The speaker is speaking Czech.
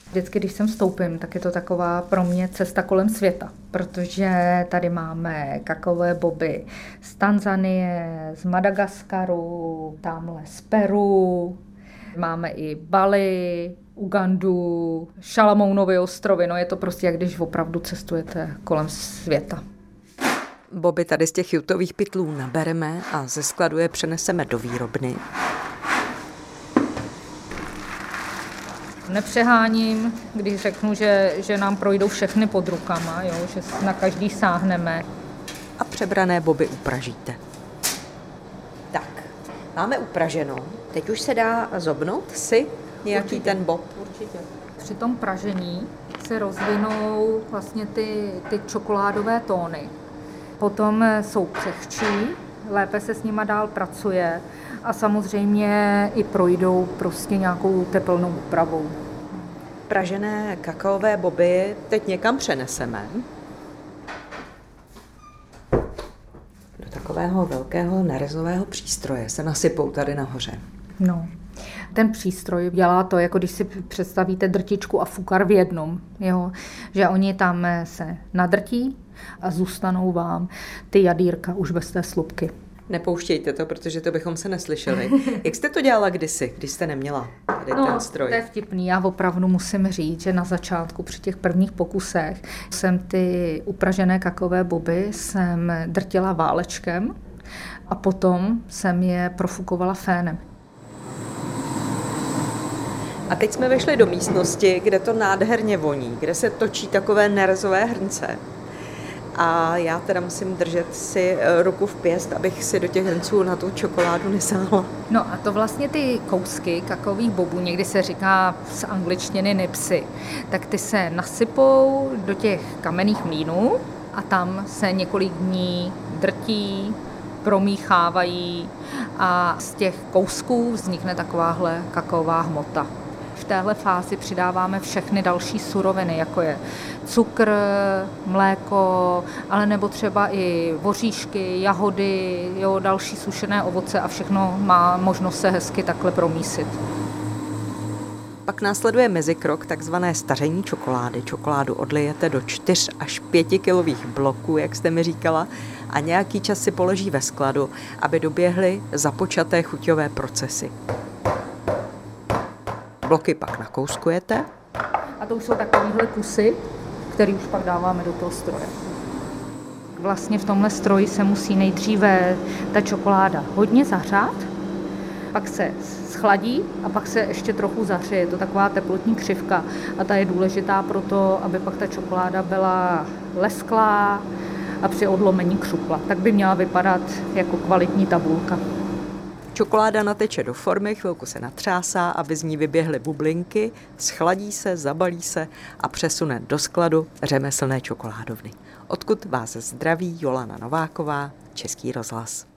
Vždycky, když sem vstoupím, tak je to taková pro mě cesta kolem světa, protože tady máme kakaové boby z Tanzanie, z Madagaskaru, tamhle z Peru, máme i Bali, Ugandu, Šalamounovy ostrovy, no je to prostě, jak když opravdu cestujete kolem světa. Boby tady z těch jutových pytlů nabereme a ze skladu je přeneseme do výrobny. Nepřeháním, když řeknu, že nám projdou všechny pod rukama, jo, že na každý sáhneme. A přebrané boby upražíte. Tak, máme upraženo. Teď už se dá zobnout si nějaký určitě, ten bob? Určitě. Při tom pražení se rozvinou vlastně ty čokoládové tóny. Potom jsou křehčí, lépe se s nima dál pracuje a samozřejmě i projdou prostě nějakou tepelnou úpravou. Pražené kakaové boby teď někam přeneseme. Do takového velkého narezového přístroje se nasypou tady nahoře. No, ten přístroj dělá to, jako když si představíte drtičku a fukar v jednom, jo? Že oni tam se nadrtí a zůstanou vám ty jadýrka už bez té slupky. Nepouštějte to, protože to bychom se neslyšeli. Jak jste to dělala kdysi, když jste neměla tady ten stroj? To je vtipný. Já opravdu musím říct, že na začátku při těch prvních pokusech jsem ty upražené kakaové boby jsem drtila válečkem a potom jsem je profukovala fénem. A teď jsme vešli do místnosti, kde to nádherně voní, kde se točí takové nerezové hrnce. A já teda musím držet si ruku v pěst, abych si do těch hrnců na tu čokoládu nesáhla. No a to vlastně ty kousky kakaových bobů, někdy se říká z angličtiny nipsy, tak ty se nasypou do těch kamenných mlýnů a tam se několik dní drtí, promíchávají a z těch kousků vznikne takováhle kakaová hmota. V téhle fázi přidáváme všechny další suroviny, jako je cukr, mléko, ale nebo třeba i voříšky, jahody, jo, další sušené ovoce a všechno má možnost se hezky takhle promísit. Pak následuje mezikrok, takzvané staření čokolády. Čokoládu odlijete do 4 až 5 kilových bloků, jak jste mi říkala, a nějaký čas si položí ve skladu, aby doběhly započaté chuťové procesy. Bloky pak nakouskujete. A to už jsou takovýhle kusy, který už pak dáváme do toho stroje. Vlastně v tomhle stroji se musí nejdříve ta čokoláda hodně zahřát, pak se schladí a pak se ještě trochu zahřeje. Je to taková teplotní křivka a ta je důležitá pro to, aby pak ta čokoláda byla lesklá a při odlomení křupla. Tak by měla vypadat jako kvalitní tabulka. Čokoláda nateče do formy, chvilku se natřásá, aby z ní vyběhly bublinky, schladí se, zabalí se a přesune do skladu řemeslné čokoládovny. Odkud vás zdraví Jolana Nováková, Český rozhlas.